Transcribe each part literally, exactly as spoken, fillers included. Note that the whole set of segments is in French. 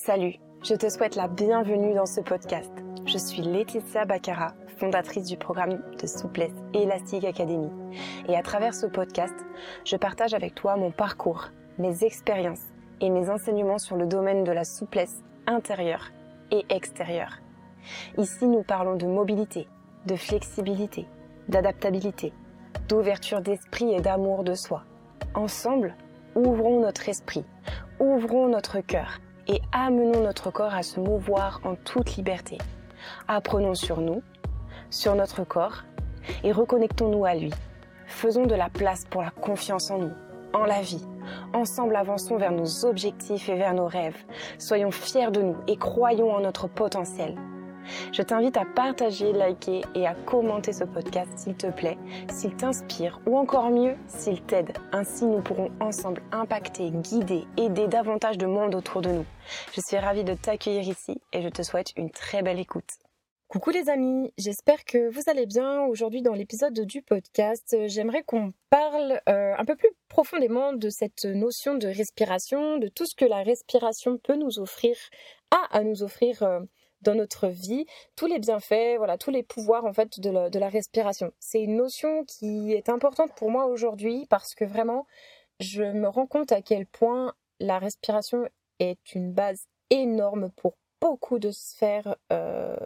Salut, je te souhaite la bienvenue dans ce podcast. Je suis Laetitia Baccara, fondatrice du programme de Souplesse Élastique Academy. Et à travers ce podcast, je partage avec toi mon parcours, mes expériences et mes enseignements sur le domaine de la souplesse intérieure et extérieure. Ici, nous parlons de mobilité, de flexibilité, d'adaptabilité, d'ouverture d'esprit et d'amour de soi. Ensemble, ouvrons notre esprit, ouvrons notre cœur et amenons notre corps à se mouvoir en toute liberté. Apprenons sur nous, sur notre corps et reconnectons-nous à lui. Faisons de la place pour la confiance en nous, en la vie. Ensemble, avançons vers nos objectifs et vers nos rêves. Soyons fiers de nous et croyons en notre potentiel. Je t'invite à partager, liker et à commenter ce podcast s'il te plaît, s'il t'inspire ou encore mieux, s'il t'aide. Ainsi, nous pourrons ensemble impacter, guider, aider davantage de monde autour de nous. Je suis ravie de t'accueillir ici et je te souhaite une très belle écoute. Coucou les amis, j'espère que vous allez bien. Aujourd'hui dans l'épisode du podcast, j'aimerais qu'on parle euh, un peu plus profondément de cette notion de respiration, de tout ce que la respiration peut nous offrir, a à nous offrir euh, dans notre vie, tous les bienfaits, voilà, tous les pouvoirs en fait de la, de la respiration. C'est une notion qui est importante pour moi aujourd'hui parce que vraiment, je me rends compte à quel point la respiration est une base énorme pour beaucoup de sphères euh,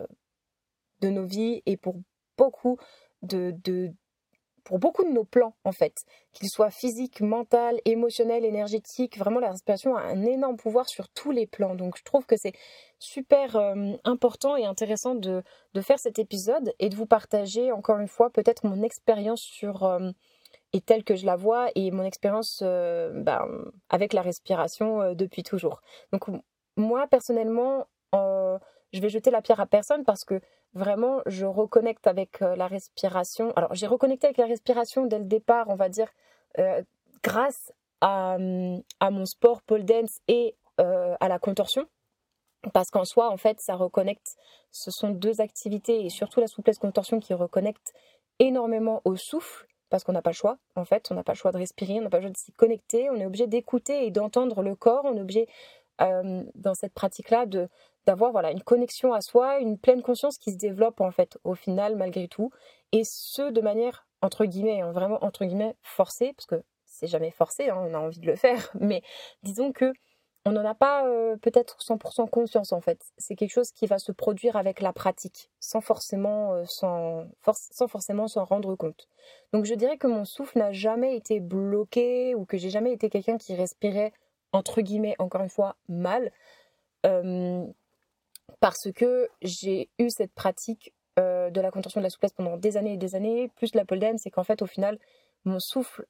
de nos vies et pour beaucoup de, de pour beaucoup de nos plans en fait, qu'ils soient physiques, mental, émotionnels, énergétiques. Vraiment la respiration a un énorme pouvoir sur tous les plans. Donc je trouve que c'est super euh, important et intéressant de, de faire cet épisode et de vous partager encore une fois peut-être mon expérience sur euh, et telle que je la vois et mon expérience euh, ben, avec la respiration euh, depuis toujours. Donc moi personnellement euh, je vais jeter la pierre à personne parce que vraiment, je reconnecte avec euh, la respiration. Alors, j'ai reconnecté avec la respiration dès le départ, on va dire, euh, grâce à, à mon sport pole dance et euh, à la contorsion. Parce qu'en soi, en fait, ça reconnecte. Ce sont deux activités, et surtout la souplesse contorsion qui reconnecte énormément au souffle, parce qu'on n'a pas le choix, en fait. On n'a pas le choix de respirer, on n'a pas le choix de s'y connecter. On est obligé d'écouter et d'entendre le corps. On est obligé, euh, dans cette pratique-là, de d'avoir voilà, une connexion à soi, une pleine conscience qui se développe en fait au final malgré tout, et ce de manière entre guillemets, hein, vraiment entre guillemets forcée, parce que c'est jamais forcé, hein, on a envie de le faire, mais disons que on n'en a pas euh, peut-être cent pour cent conscience en fait. C'est quelque chose qui va se produire avec la pratique, sans forcément euh, sans, for- sans forcément s'en rendre compte. Donc je dirais que mon souffle n'a jamais été bloqué ou que j'ai jamais été quelqu'un qui respirait entre guillemets encore une fois mal. Euh, Parce que j'ai eu cette pratique euh, de la contorsion de la souplesse pendant des années et des années, plus la pole dance, c'est qu'en fait, au final, mon souffle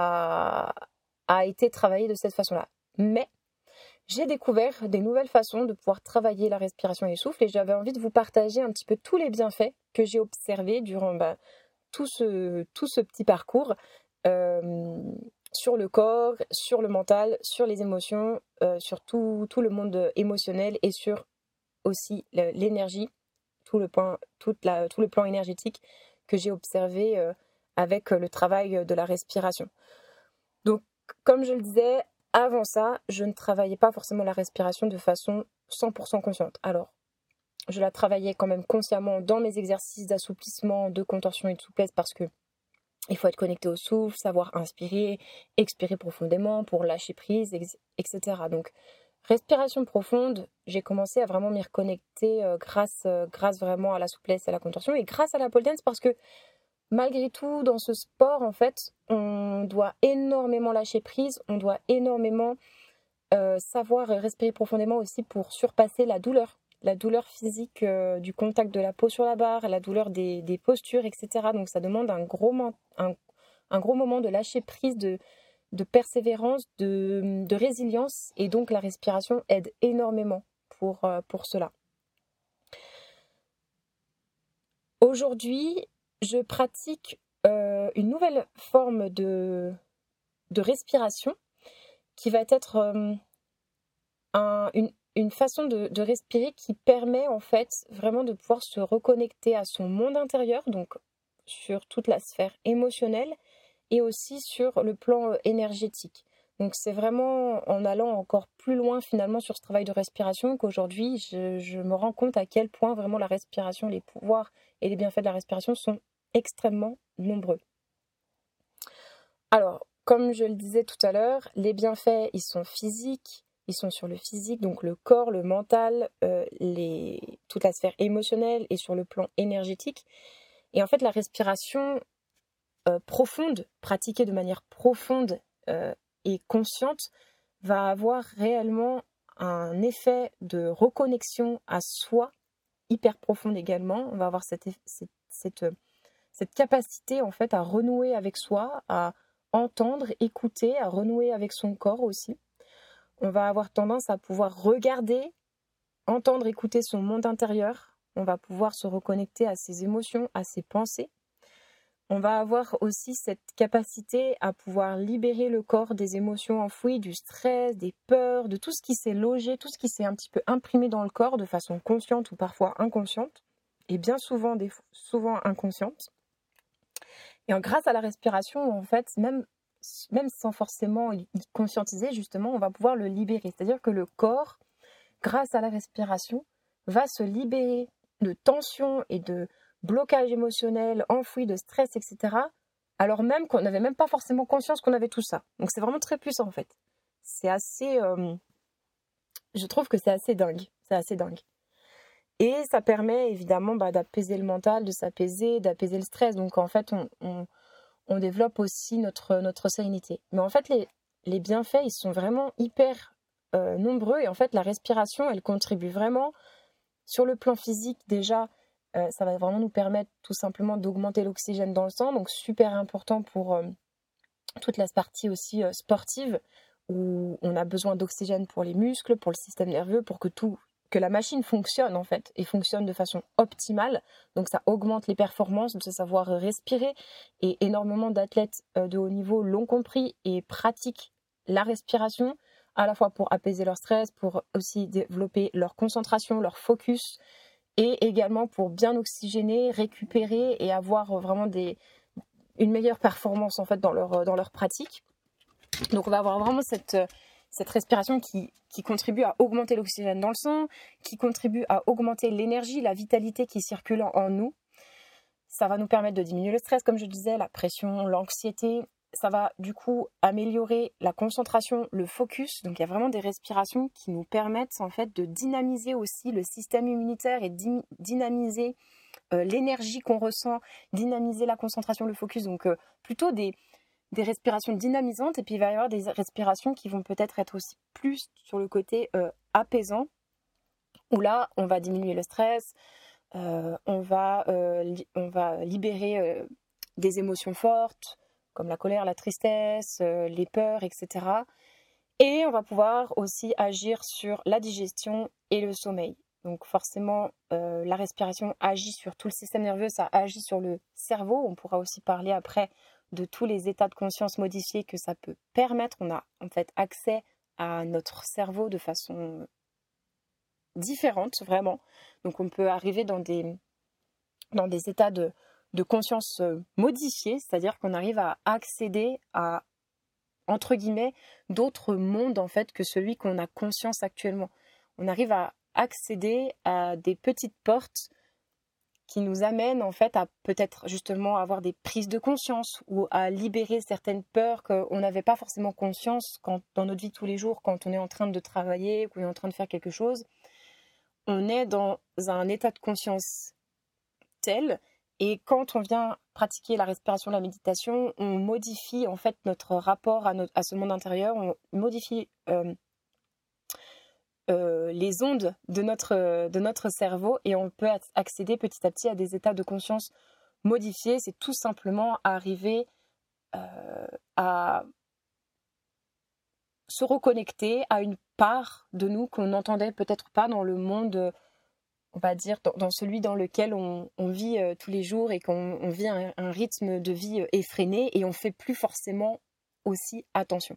a, a été travaillé de cette façon-là. Mais j'ai découvert des nouvelles façons de pouvoir travailler la respiration et le souffle, et j'avais envie de vous partager un petit peu tous les bienfaits que j'ai observés durant bah, tout, ce, tout ce petit parcours euh, sur le corps, sur le mental, sur les émotions, euh, sur tout, tout le monde émotionnel et sur aussi l'énergie, tout le plan, toute la, tout le plan énergétique que j'ai observé euh, avec le travail de la respiration. Donc, comme je le disais, avant ça, je ne travaillais pas forcément la respiration de façon cent pour cent consciente. Alors, je la travaillais quand même consciemment dans mes exercices d'assouplissement, de contorsion et de souplesse parce que il faut être connecté au souffle, savoir inspirer, expirer profondément pour lâcher prise, et cetera. Donc, respiration profonde, j'ai commencé à vraiment m'y reconnecter euh, grâce, euh, grâce vraiment à la souplesse, à la contorsion et grâce à la pole dance parce que malgré tout, dans ce sport, en fait, on doit énormément lâcher prise, on doit énormément euh, savoir respirer profondément aussi pour surpasser la douleur, la douleur physique euh, du contact de la peau sur la barre, la douleur des, des postures, et cetera. Donc ça demande un gros, un, un gros moment de lâcher prise, de de persévérance, de, de résilience, et donc la respiration aide énormément pour, euh, pour cela. Aujourd'hui, je pratique euh, une nouvelle forme de, de respiration qui va être euh, un, une, une façon de, de respirer qui permet en fait vraiment de pouvoir se reconnecter à son monde intérieur, donc sur toute la sphère émotionnelle et aussi sur le plan énergétique. Donc c'est vraiment en allant encore plus loin finalement sur ce travail de respiration qu'aujourd'hui je, je me rends compte à quel point vraiment la respiration, les pouvoirs et les bienfaits de la respiration sont extrêmement nombreux. Alors, comme je le disais tout à l'heure, les bienfaits, ils sont physiques, ils sont sur le physique, donc le corps, le mental, euh, les... toute la sphère émotionnelle et sur le plan énergétique. Et en fait, la respiration euh, profonde, pratiquée de manière profonde euh, et consciente, va avoir réellement un effet de reconnexion à soi, hyper profonde également. On va avoir cette, cette, cette, cette capacité en fait à renouer avec soi, à entendre, écouter, à renouer avec son corps aussi. On va avoir tendance à pouvoir regarder, entendre, écouter son monde intérieur. On va pouvoir se reconnecter à ses émotions, à ses pensées. On va avoir aussi cette capacité à pouvoir libérer le corps des émotions enfouies, du stress, des peurs, de tout ce qui s'est logé, tout ce qui s'est un petit peu imprimé dans le corps de façon consciente ou parfois inconsciente, et bien souvent, des, souvent inconsciente. Et en, grâce à la respiration, en fait, même, même sans forcément y conscientiser, justement, on va pouvoir le libérer. C'est-à-dire que le corps, grâce à la respiration, va se libérer de tensions et de blocage émotionnel, enfoui, de stress, et cetera, alors même qu'on n'avait même pas forcément conscience qu'on avait tout ça. Donc c'est vraiment très puissant en fait. C'est assez... Euh, je trouve que c'est assez dingue. C'est assez dingue. Et ça permet évidemment bah, d'apaiser le mental, de s'apaiser, d'apaiser le stress. Donc en fait, on, on, on développe aussi notre, notre sérénité. Mais en fait, les, les bienfaits, ils sont vraiment hyper euh, nombreux. Et en fait, la respiration, elle contribue vraiment sur le plan physique déjà. Euh, ça va vraiment nous permettre tout simplement d'augmenter l'oxygène dans le sang, donc super important pour euh, toute la partie aussi euh, sportive, où on a besoin d'oxygène pour les muscles, pour le système nerveux, pour que tout, que la machine fonctionne en fait, et fonctionne de façon optimale. Donc ça augmente les performances de savoir respirer, et énormément d'athlètes euh, de haut niveau l'ont compris et pratiquent la respiration, à la fois pour apaiser leur stress, pour aussi développer leur concentration, leur focus, et également pour bien oxygéner, récupérer et avoir vraiment des, une meilleure performance en fait dans leur, dans leur pratique. Donc on va avoir vraiment cette, cette respiration qui, qui contribue à augmenter l'oxygène dans le sang, qui contribue à augmenter l'énergie, la vitalité qui circule en, en nous. Ça va nous permettre de diminuer le stress, comme je disais, la pression, l'anxiété. Ça va du coup améliorer la concentration, le focus. Donc il y a vraiment des respirations qui nous permettent en fait de dynamiser aussi le système immunitaire et dy- dynamiser euh, l'énergie qu'on ressent, dynamiser la concentration, le focus. Donc euh, plutôt des, des respirations dynamisantes. Et puis il va y avoir des respirations qui vont peut-être être aussi plus sur le côté euh, apaisant, où là on va diminuer le stress, euh, on, va, euh, li- on va libérer euh, des émotions fortes, comme la colère, la tristesse, euh, les peurs, et cetera. Et on va pouvoir aussi agir sur la digestion et le sommeil. Donc forcément, euh, la respiration agit sur tout le système nerveux, ça agit sur le cerveau. On pourra aussi parler après de tous les états de conscience modifiés que ça peut permettre. On a en fait accès à notre cerveau de façon différente, vraiment. Donc on peut arriver dans des, dans des états de de conscience modifiée, c'est-à-dire qu'on arrive à accéder à, entre guillemets, d'autres mondes en fait que celui qu'on a conscience actuellement. On arrive à accéder à des petites portes qui nous amènent en fait à peut-être justement avoir des prises de conscience ou à libérer certaines peurs qu'on n'avait pas forcément conscience quand, dans notre vie de tous les jours, quand on est en train de travailler ou qu'on est en train de faire quelque chose. On est dans un état de conscience tel. Et quand on vient pratiquer la respiration, la méditation, on modifie en fait notre rapport à, notre, à ce monde intérieur, on modifie euh, euh, les ondes de notre, de notre cerveau et on peut accéder petit à petit à des états de conscience modifiés. C'est tout simplement arriver euh, à se reconnecter à une part de nous qu'on n'entendait peut-être pas dans le monde, on va dire, dans, dans celui dans lequel on, on vit euh, tous les jours et qu'on on vit un, un rythme de vie euh, effréné et on ne fait plus forcément aussi attention.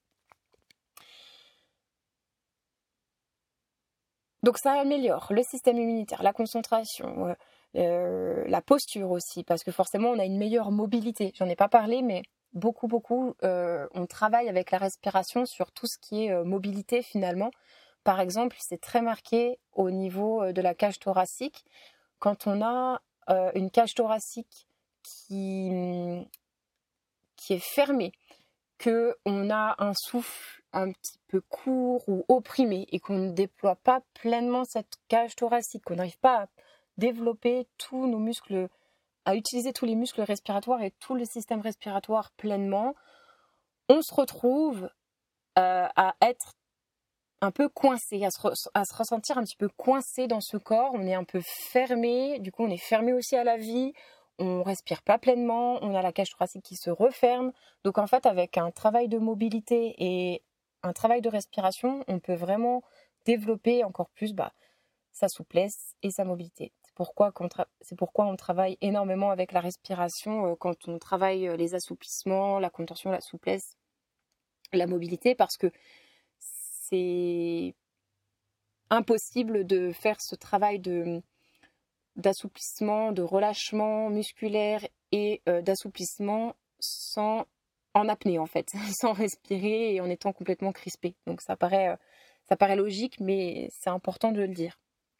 Donc ça améliore le système immunitaire, la concentration, euh, euh, la posture aussi, parce que forcément on a une meilleure mobilité. J'en ai pas parlé, mais beaucoup, beaucoup, euh, on travaille avec la respiration sur tout ce qui est euh, mobilité finalement. Par exemple, c'est très marqué au niveau euh, de la cage thoracique. Quand on a euh, une cage thoracique qui, qui est fermée, qu'on a un souffle un petit peu court ou opprimé et qu'on ne déploie pas pleinement cette cage thoracique, qu'on n'arrive pas à développer tous nos muscles, à utiliser tous les muscles respiratoires et tout le système respiratoire pleinement, on se retrouve euh, à être un peu coincé, à se, re- à se ressentir un petit peu coincé dans ce corps. On est un peu fermé, du coup on est fermé aussi à la vie, on respire pas pleinement, on a la cage thoracique qui se referme. Donc en fait, avec un travail de mobilité et un travail de respiration, on peut vraiment développer encore plus bah, sa souplesse et sa mobilité. C'est pourquoi, qu'on tra- c'est pourquoi on travaille énormément avec la respiration euh, quand on travaille euh, les assouplissements, la contention, la souplesse, la mobilité, parce que c'est impossible de faire ce travail de, d'assouplissement, de relâchement musculaire et euh, d'assouplissement sans, en apnée en fait, sans respirer et en étant complètement crispé. Donc ça paraît, euh, ça paraît logique, mais c'est important de le dire.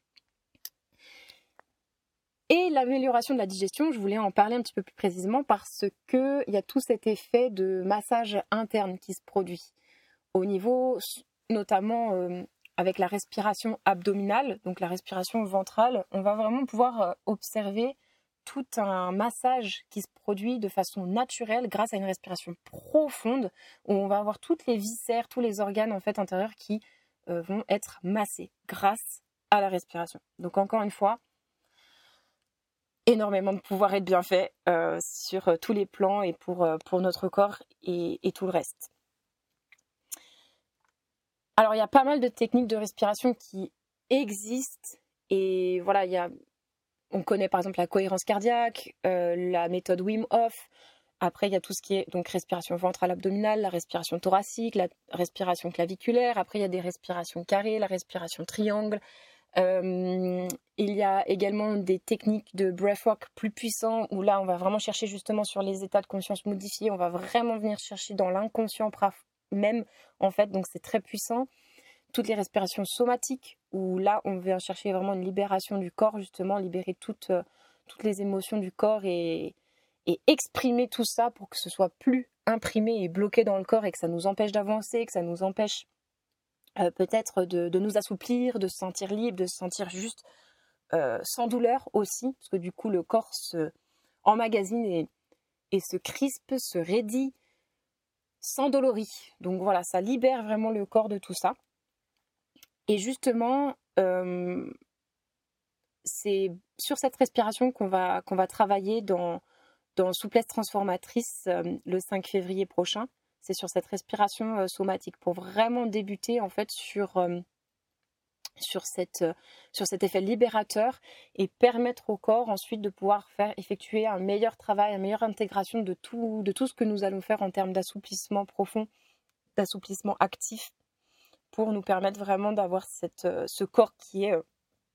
Et l'amélioration de la digestion, je voulais en parler un petit peu plus précisément parce qu'il y a tout cet effet de massage interne qui se produit au niveau notamment euh, avec la respiration abdominale, donc la respiration ventrale. On va vraiment pouvoir euh, observer tout un massage qui se produit de façon naturelle grâce à une respiration profonde où on va avoir toutes les viscères, tous les organes en fait intérieurs qui euh, vont être massés grâce à la respiration. Donc encore une fois, énormément de pouvoir et de bienfaits euh, sur euh, tous les plans et pour, euh, pour notre corps et, et tout le reste. Alors, il y a pas mal de techniques de respiration qui existent et voilà, il y a, on connaît par exemple la cohérence cardiaque, euh, la méthode Wim Hof. Après, il y a tout ce qui est donc respiration ventrale abdominale, la respiration thoracique, la respiration claviculaire. Après, il y a des respirations carrées, la respiration triangle. Euh, il y a également des techniques de breathwork plus puissants où là, on va vraiment chercher justement sur les états de conscience modifiés. On va vraiment venir chercher dans l'inconscient même, en fait. Donc, c'est très puissant. Toutes les respirations somatiques où là, on vient chercher vraiment une libération du corps, justement, libérer toutes, euh, toutes les émotions du corps et, et exprimer tout ça pour que ce soit plus imprimé et bloqué dans le corps et que ça nous empêche d'avancer, que ça nous empêche Euh, peut-être de, de nous assouplir, de se sentir libre, de se sentir juste euh, sans douleur aussi, parce que du coup le corps se emmagasine et, et se crispe, se raidit, s'endolorit. Donc voilà, ça libère vraiment le corps de tout ça. Et justement, euh, c'est sur cette respiration qu'on va, qu'on va travailler dans, dans Souplesse transformatrice euh, le cinq février prochain. C'est sur cette respiration euh, somatique pour vraiment débuter en fait sur, euh, sur, cette, euh, sur cet effet libérateur et permettre au corps ensuite de pouvoir faire effectuer un meilleur travail, une meilleure intégration de tout, de tout ce que nous allons faire en termes d'assouplissement profond, d'assouplissement actif pour nous permettre vraiment d'avoir cette, euh, ce corps qui est euh,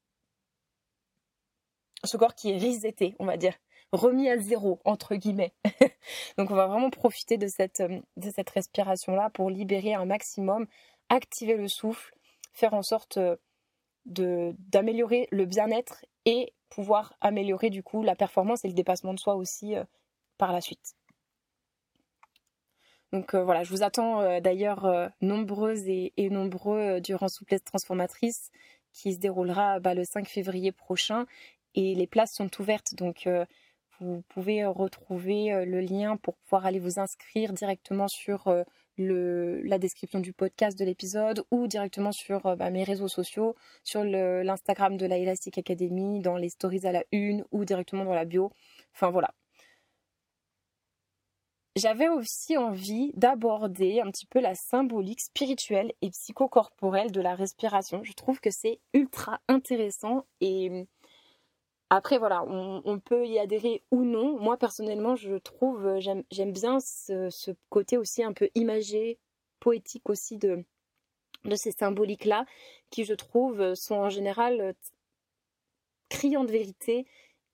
ce corps qui est reseté, on va dire, remis à zéro, entre guillemets. Donc on va vraiment profiter de cette, de cette respiration-là pour libérer un maximum, activer le souffle, faire en sorte de, d'améliorer le bien-être et pouvoir améliorer du coup la performance et le dépassement de soi aussi euh, par la suite. Donc euh, voilà, je vous attends euh, d'ailleurs euh, nombreuses et, et nombreux euh, durant Souplesse transformatrice qui se déroulera bah, le cinq février prochain et les places sont ouvertes donc euh, vous pouvez retrouver euh, le lien pour pouvoir aller vous inscrire directement sur euh, le, la description du podcast de l'épisode ou directement sur euh, bah, mes réseaux sociaux, sur le, l'Instagram de la Elastic Academy, dans les stories à la une ou directement dans la bio. Enfin voilà. J'avais aussi envie d'aborder un petit peu la symbolique spirituelle et psychocorporelle de la respiration. Je trouve que c'est ultra intéressant et après voilà, on, on peut y adhérer ou non. Moi personnellement, je trouve, j'aime, j'aime bien ce, ce côté aussi un peu imagé, poétique aussi de, de ces symboliques-là qui je trouve sont en général criants de vérité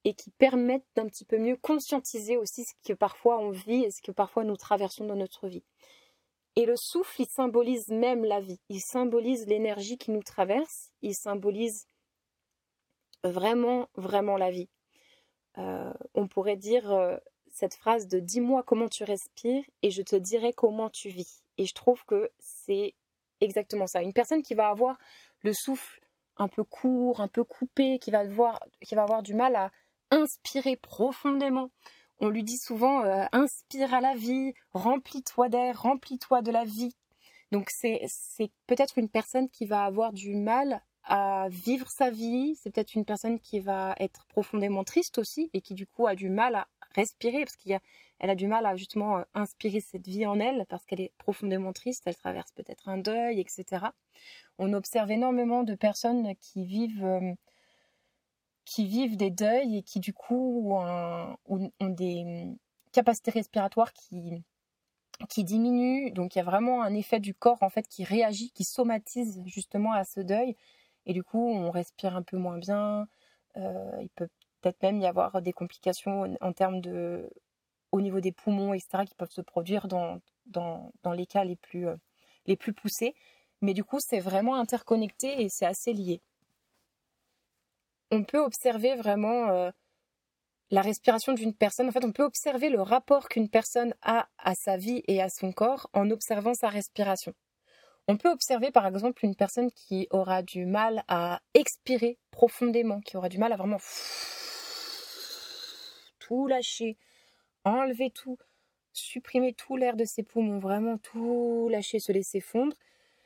et qui permettent d'un petit peu mieux conscientiser aussi ce que parfois on vit et ce que parfois nous traversons dans notre vie. Et le souffle, il symbolise même la vie, il symbolise l'énergie qui nous traverse, il symbolise vraiment, vraiment la vie. Euh, on pourrait dire euh, cette phrase de « dis-moi comment tu respires et je te dirai comment tu vis ». Et je trouve que c'est exactement ça. Une personne qui va avoir le souffle un peu court, un peu coupé, qui va avoir, qui va avoir du mal à inspirer profondément. On lui dit souvent euh, « inspire à la vie, remplis-toi d'air, remplis-toi de la vie ». Donc c'est, c'est peut-être une personne qui va avoir du mal à vivre sa vie. C'est peut-être une personne qui va être profondément triste aussi et qui du coup a du mal à respirer parce qu'elle a, a du mal à justement euh, inspirer cette vie en elle parce qu'elle est profondément triste, elle traverse peut-être un deuil, et cetera. On observe énormément de personnes qui vivent... Euh, qui vivent des deuils et qui du coup ont, ont, ont des capacités respiratoires qui, qui diminuent. Donc il y a vraiment un effet du corps en fait qui réagit, qui somatise justement à ce deuil. Et du coup on respire un peu moins bien. Euh, il peut peut-être même y avoir des complications en termes de, au niveau des poumons, et cetera qui peuvent se produire dans, dans, dans les cas les plus, euh, les plus poussés. Mais du coup c'est vraiment interconnecté et c'est assez lié. On peut observer vraiment euh, la respiration d'une personne. En fait, on peut observer le rapport qu'une personne a à sa vie et à son corps en observant sa respiration. On peut observer par exemple une personne qui aura du mal à expirer profondément, qui aura du mal à vraiment tout lâcher, enlever tout, supprimer tout l'air de ses poumons, vraiment tout lâcher, se laisser fondre.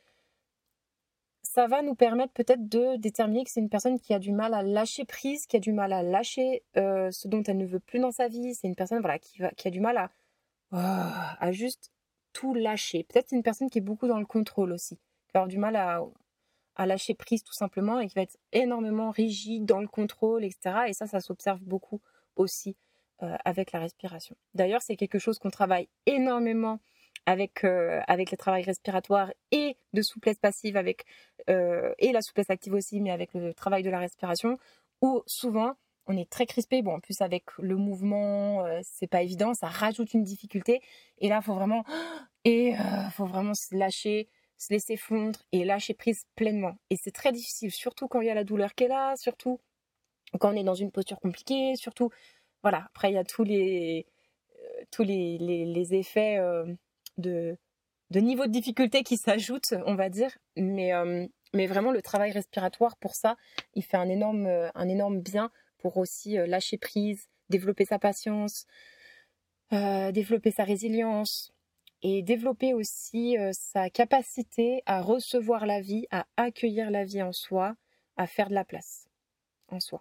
Ça va nous permettre peut-être de déterminer que c'est une personne qui a du mal à lâcher prise, qui a du mal à lâcher euh, ce dont elle ne veut plus dans sa vie. C'est une personne voilà, qui, va, qui a du mal à, oh, à juste tout lâcher. Peut-être c'est une personne qui est beaucoup dans le contrôle aussi, qui va avoir du mal à, à lâcher prise tout simplement et qui va être énormément rigide dans le contrôle, et cetera. Et ça, ça s'observe beaucoup aussi euh, avec la respiration. D'ailleurs, c'est quelque chose qu'on travaille énormément avec, euh, avec le travail respiratoire et de souplesse passive avec, euh, et la souplesse active aussi, mais avec le travail de la respiration, où souvent on est très crispé. Bon, en plus avec le mouvement, euh, c'est pas évident, ça rajoute une difficulté. Et là, il faut vraiment, et euh, faut vraiment se lâcher, se laisser fondre et lâcher prise pleinement. Et c'est très difficile, surtout quand il y a la douleur qui est là, surtout quand on est dans une posture compliquée, surtout, voilà. Après, il y a tous les, euh, tous les, les, les effets euh, de, de niveau de difficulté qui s'ajoutent, on va dire. Mais, euh, mais vraiment, le travail respiratoire, pour ça, il fait un énorme, un énorme bien pour aussi euh, lâcher prise, développer sa patience, euh, développer sa résilience et développer aussi euh, sa capacité à recevoir la vie, à accueillir la vie en soi, à faire de la place en soi.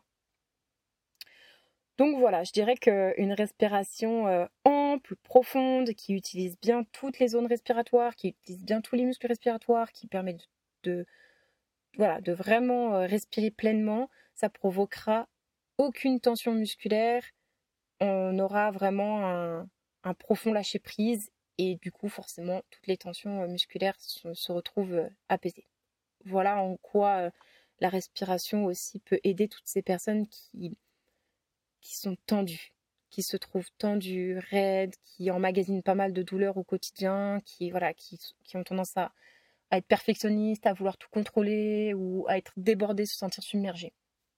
Donc voilà, je dirais qu'une respiration euh, ample, profonde, qui utilise bien toutes les zones respiratoires, qui utilise bien tous les muscles respiratoires, qui permet de, de, voilà, de vraiment euh, respirer pleinement, ça provoquera aucune tension musculaire, on aura vraiment un, un profond lâcher-prise et du coup forcément toutes les tensions euh, musculaires se, se retrouvent euh, apaisées. Voilà en quoi euh, la respiration aussi peut aider toutes ces personnes qui qui sont tendues, qui se trouvent tendues, raides, qui emmagasinent pas mal de douleurs au quotidien, qui, voilà, qui, qui ont tendance à, à être perfectionnistes, à vouloir tout contrôler ou à être débordées, se sentir submergées.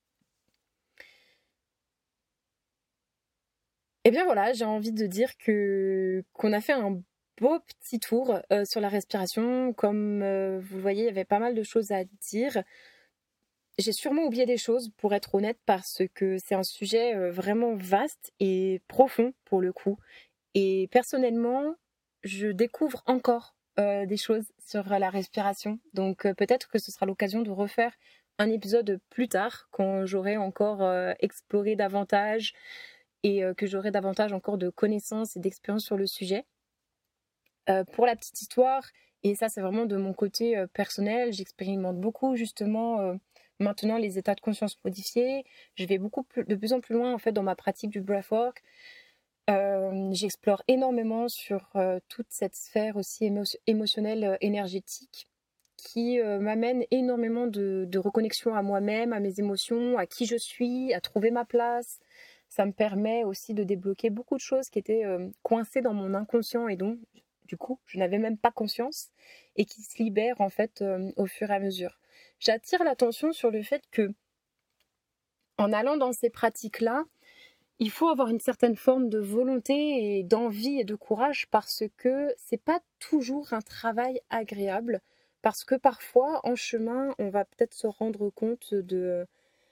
Et bien voilà, j'ai envie de dire que qu'on a fait un beau petit tour euh, sur la respiration. Comme euh, vous le voyez, il y avait pas mal de choses à dire. J'ai sûrement oublié des choses, pour être honnête, parce que c'est un sujet euh, vraiment vaste et profond pour le coup. Et personnellement, je découvre encore euh, des choses sur la respiration. Donc euh, peut-être que ce sera l'occasion de refaire un épisode plus tard, quand j'aurai encore euh, exploré davantage et euh, que j'aurai davantage encore de connaissances et d'expériences sur le sujet. Euh, pour la petite histoire, et ça c'est vraiment de mon côté euh, personnel, j'expérimente beaucoup justement euh, maintenant les états de conscience modifiés. Je vais beaucoup plus, de plus en plus loin en fait dans ma pratique du breathwork. Euh, j'explore énormément sur euh, toute cette sphère aussi émo- émotionnelle, euh, énergétique, qui euh, m'amène énormément de, de reconnexion à moi-même, à mes émotions, à qui je suis, à trouver ma place, Ça me permet aussi de débloquer beaucoup de choses qui étaient euh, coincées dans mon inconscient et dont, du coup, je n'avais même pas conscience et qui se libèrent en fait euh, au fur et à mesure. J'attire l'attention sur le fait que, en allant dans ces pratiques-là, il faut avoir une certaine forme de volonté et d'envie et de courage parce que c'est pas toujours un travail agréable. Parce que parfois, en chemin, on va peut-être se rendre compte de,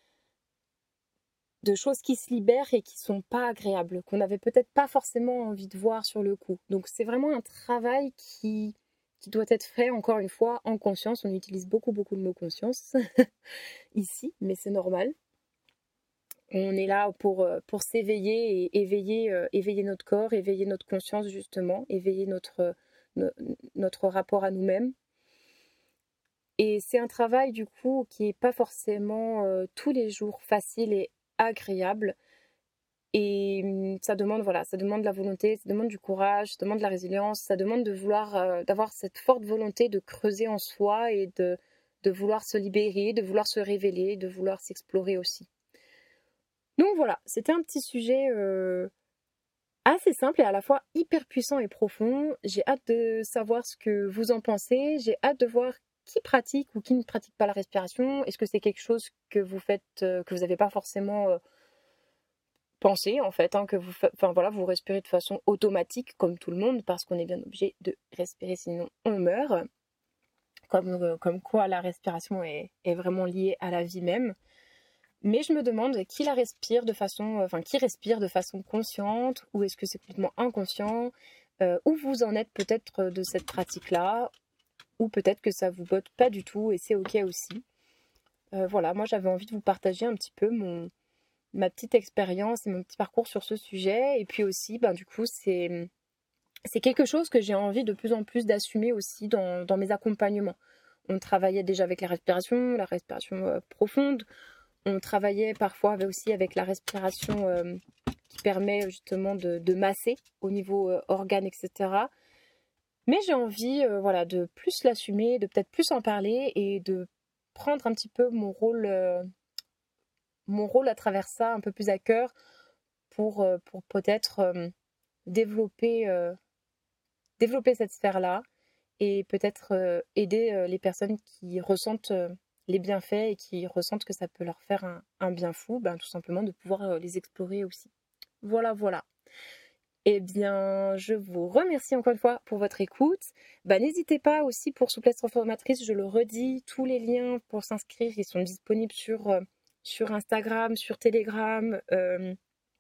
de choses qui se libèrent et qui sont pas agréables, qu'on n'avait peut-être pas forcément envie de voir sur le coup. Donc c'est vraiment un travail qui, qui doit être fait, encore une fois, en conscience. On utilise beaucoup, beaucoup le mot conscience ici, mais c'est normal. On est là pour, pour s'éveiller et éveiller, euh, éveiller notre corps, éveiller notre conscience justement, éveiller notre, no, notre rapport à nous-mêmes. Et c'est un travail du coup qui n'est pas forcément euh, tous les jours facile et agréable. Et ça demande, voilà, ça demande de la volonté, ça demande du courage, ça demande de la résilience, ça demande de vouloir, euh, d'avoir cette forte volonté de creuser en soi et de, de vouloir se libérer, de vouloir se révéler, de vouloir s'explorer aussi. Donc voilà, c'était un petit sujet euh, assez simple et à la fois hyper puissant et profond. J'ai hâte de savoir ce que vous en pensez. J'ai hâte de voir qui pratique ou qui ne pratique pas la respiration. Est-ce que c'est quelque chose que vous faites, euh, que vous n'avez pas forcément euh, pensé en fait, hein, que vous, fa... enfin voilà, vous respirez de façon automatique comme tout le monde parce qu'on est bien obligé de respirer sinon on meurt. Comme, euh, comme quoi la respiration est, est vraiment liée à la vie même. Mais je me demande qui la respire de façon, enfin qui respire de façon consciente ou est-ce que c'est complètement inconscient, euh, où vous en êtes peut-être de cette pratique-là, ou peut-être que ça vous botte pas du tout et c'est ok aussi. Euh, voilà, moi j'avais envie de vous partager un petit peu mon, ma petite expérience et mon petit parcours sur ce sujet et puis aussi, ben du coup c'est c'est quelque chose que j'ai envie de plus en plus d'assumer aussi dans, dans mes accompagnements. On travaillait déjà avec la respiration, la respiration euh, profonde. On travaillait parfois aussi avec la respiration euh, qui permet justement de, de masser au niveau euh, organes, et cetera. Mais j'ai envie euh, voilà, de plus l'assumer, de peut-être plus en parler et de prendre un petit peu mon rôle, euh, mon rôle à travers ça un peu plus à cœur pour, euh, pour peut-être euh, développer, euh, développer cette sphère-là et peut-être euh, aider euh, les personnes qui ressentent... Euh, les bienfaits et qui ressentent que ça peut leur faire un, un bien fou, ben, tout simplement de pouvoir euh, les explorer aussi. Voilà, voilà. Eh bien, je vous remercie encore une fois pour votre écoute. Ben, n'hésitez pas aussi pour Souplesse Transformatrice, je le redis, tous les liens pour s'inscrire, ils sont disponibles sur, euh, sur Instagram, sur Telegram euh,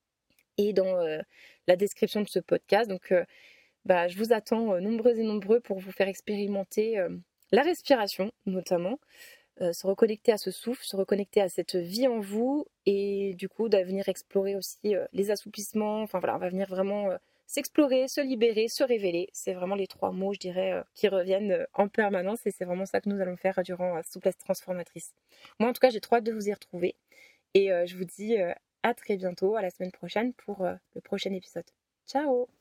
et dans euh, la description de ce podcast. Donc, euh, ben, je vous attends euh, nombreux et nombreux pour vous faire expérimenter euh, la respiration, notamment. Euh, se reconnecter à ce souffle, se reconnecter à cette vie en vous et du coup de venir explorer aussi euh, les assouplissements. Enfin voilà, on va venir vraiment euh, s'explorer, se libérer, se révéler. C'est vraiment les trois mots, je dirais, euh, qui reviennent euh, en permanence et c'est vraiment ça que nous allons faire durant euh, Souplesse Transformatrice. Moi en tout cas, j'ai trop hâte de vous y retrouver et euh, je vous dis euh, à très bientôt, à la semaine prochaine pour euh, le prochain épisode. Ciao!